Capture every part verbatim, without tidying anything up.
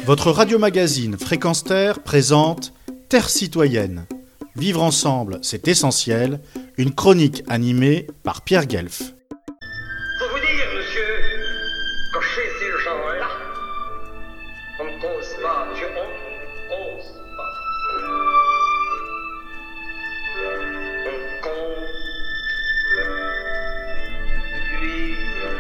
Votre radio-magazine Fréquence Terre présente Terre citoyenne. Vivre ensemble, c'est essentiel. Une chronique animée par Pierre Guelf. Faut vous dire, monsieur, que chez ces gens-là, on ne cause pas, monsieur, on ne cause pas. On compte. Lui,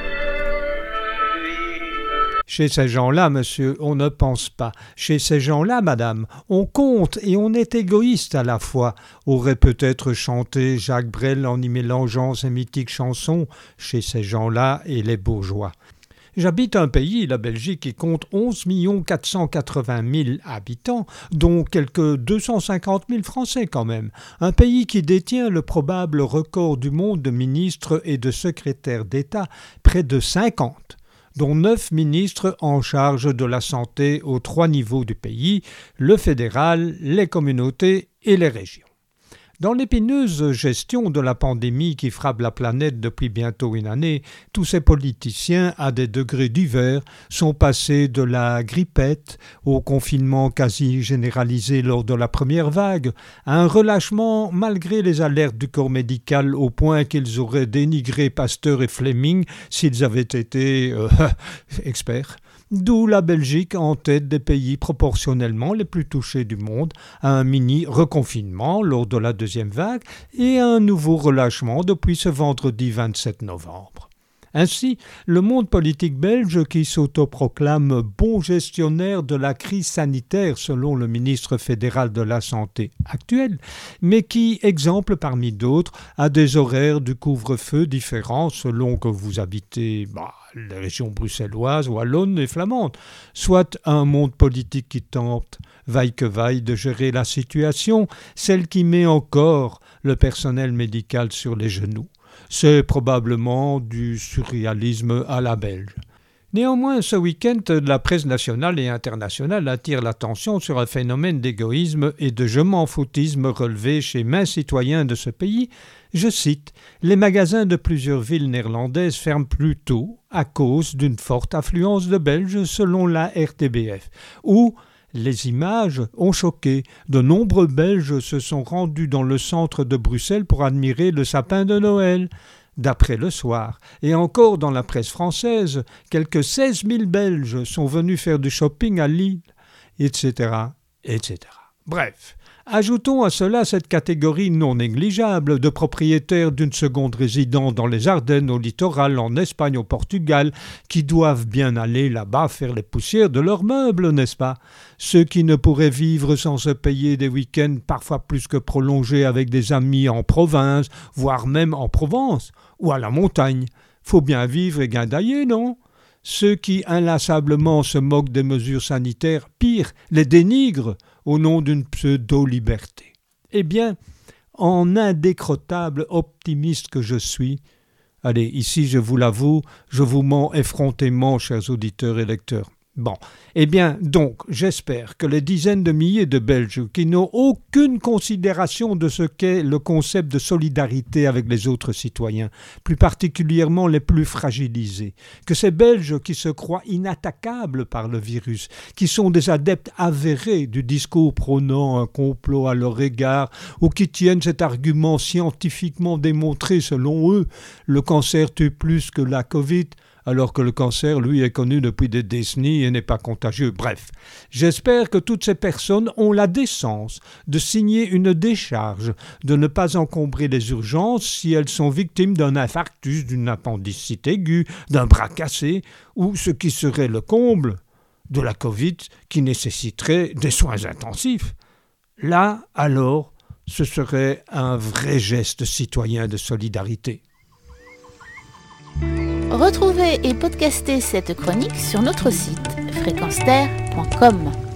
lui. Chez ces gens-là, monsieur, on ne pense pas. Chez ces gens-là, madame, on compte et on est égoïste à la fois, aurait peut-être chanté Jacques Brel en y mélangeant ses mythiques chansons, chez ces gens-là et les bourgeois. J'habite un pays, la Belgique, qui compte onze millions quatre cent quatre-vingt mille habitants, dont quelques deux cent cinquante mille Français quand même. Un pays qui détient le probable record du monde de ministres et de secrétaires d'État, près de cinquante. Dont neuf ministres en charge de la santé aux trois niveaux du pays, le fédéral, les communautés et les régions. Dans l'épineuse gestion de la pandémie qui frappe la planète depuis bientôt une année, tous ces politiciens, à des degrés divers, sont passés de la grippette au confinement quasi généralisé lors de la première vague, à un relâchement malgré les alertes du corps médical au point qu'ils auraient dénigré Pasteur et Fleming s'ils avaient été euh, experts. D'où la Belgique en tête des pays proportionnellement les plus touchés du monde, à un mini-reconfinement lors de la deuxième vague et à un nouveau relâchement depuis ce vendredi vingt-sept novembre. Ainsi, le monde politique belge, qui s'autoproclame bon gestionnaire de la crise sanitaire selon le ministre fédéral de la Santé actuel, mais qui, exemple parmi d'autres, a des horaires du couvre-feu différents selon que vous habitez bah, les régions bruxelloises, wallonnes et flamandes, soit un monde politique qui tente, vaille que vaille, de gérer la situation, celle qui met encore le personnel médical sur les genoux. C'est probablement du surréalisme à la belge. Néanmoins, ce week-end, la presse nationale et internationale attire l'attention sur un phénomène d'égoïsme et de je m'en foutisme relevé chez maints citoyens de ce pays. Je cite, « Les magasins de plusieurs villes néerlandaises ferment plus tôt à cause d'une forte affluence de Belges selon la R T B F » ou les images ont choqué. De nombreux Belges se sont rendus dans le centre de Bruxelles pour admirer le sapin de Noël. D'après Le Soir, et encore dans la presse française, quelques seize mille Belges sont venus faire du shopping à Lille, et cetera, et cetera. Bref, ajoutons à cela cette catégorie non négligeable de propriétaires d'une seconde résidence dans les Ardennes, au littoral, en Espagne, au Portugal, qui doivent bien aller là-bas faire les poussières de leurs meubles, n'est-ce pas ? Ceux qui ne pourraient vivre sans se payer des week-ends parfois plus que prolongés avec des amis en province, voire même en Provence, ou à la montagne. Faut bien vivre et guindailler, non ? Ceux qui inlassablement se moquent des mesures sanitaires, pire, les dénigrent au nom d'une pseudo-liberté. Eh bien, en indécrottable optimiste que je suis, allez, ici je vous l'avoue, je vous mens effrontément, chers auditeurs et lecteurs. Bon, eh bien, donc, j'espère que les dizaines de milliers de Belges qui n'ont aucune considération de ce qu'est le concept de solidarité avec les autres citoyens, plus particulièrement les plus fragilisés, que ces Belges qui se croient inattaquables par le virus, qui sont des adeptes avérés du discours prônant un complot à leur égard, ou qui tiennent cet argument scientifiquement démontré selon eux, le cancer tue plus que la Covid, alors que le cancer, lui, est connu depuis des décennies et n'est pas contagieux. Bref, j'espère que toutes ces personnes ont la décence de signer une décharge, de ne pas encombrer les urgences si elles sont victimes d'un infarctus, d'une appendicite aiguë, d'un bras cassé, ou ce qui serait le comble de la Covid qui nécessiterait des soins intensifs. Là, alors, ce serait un vrai geste citoyen de solidarité. Retrouvez et podcastez cette chronique sur notre site fréquence terre point com.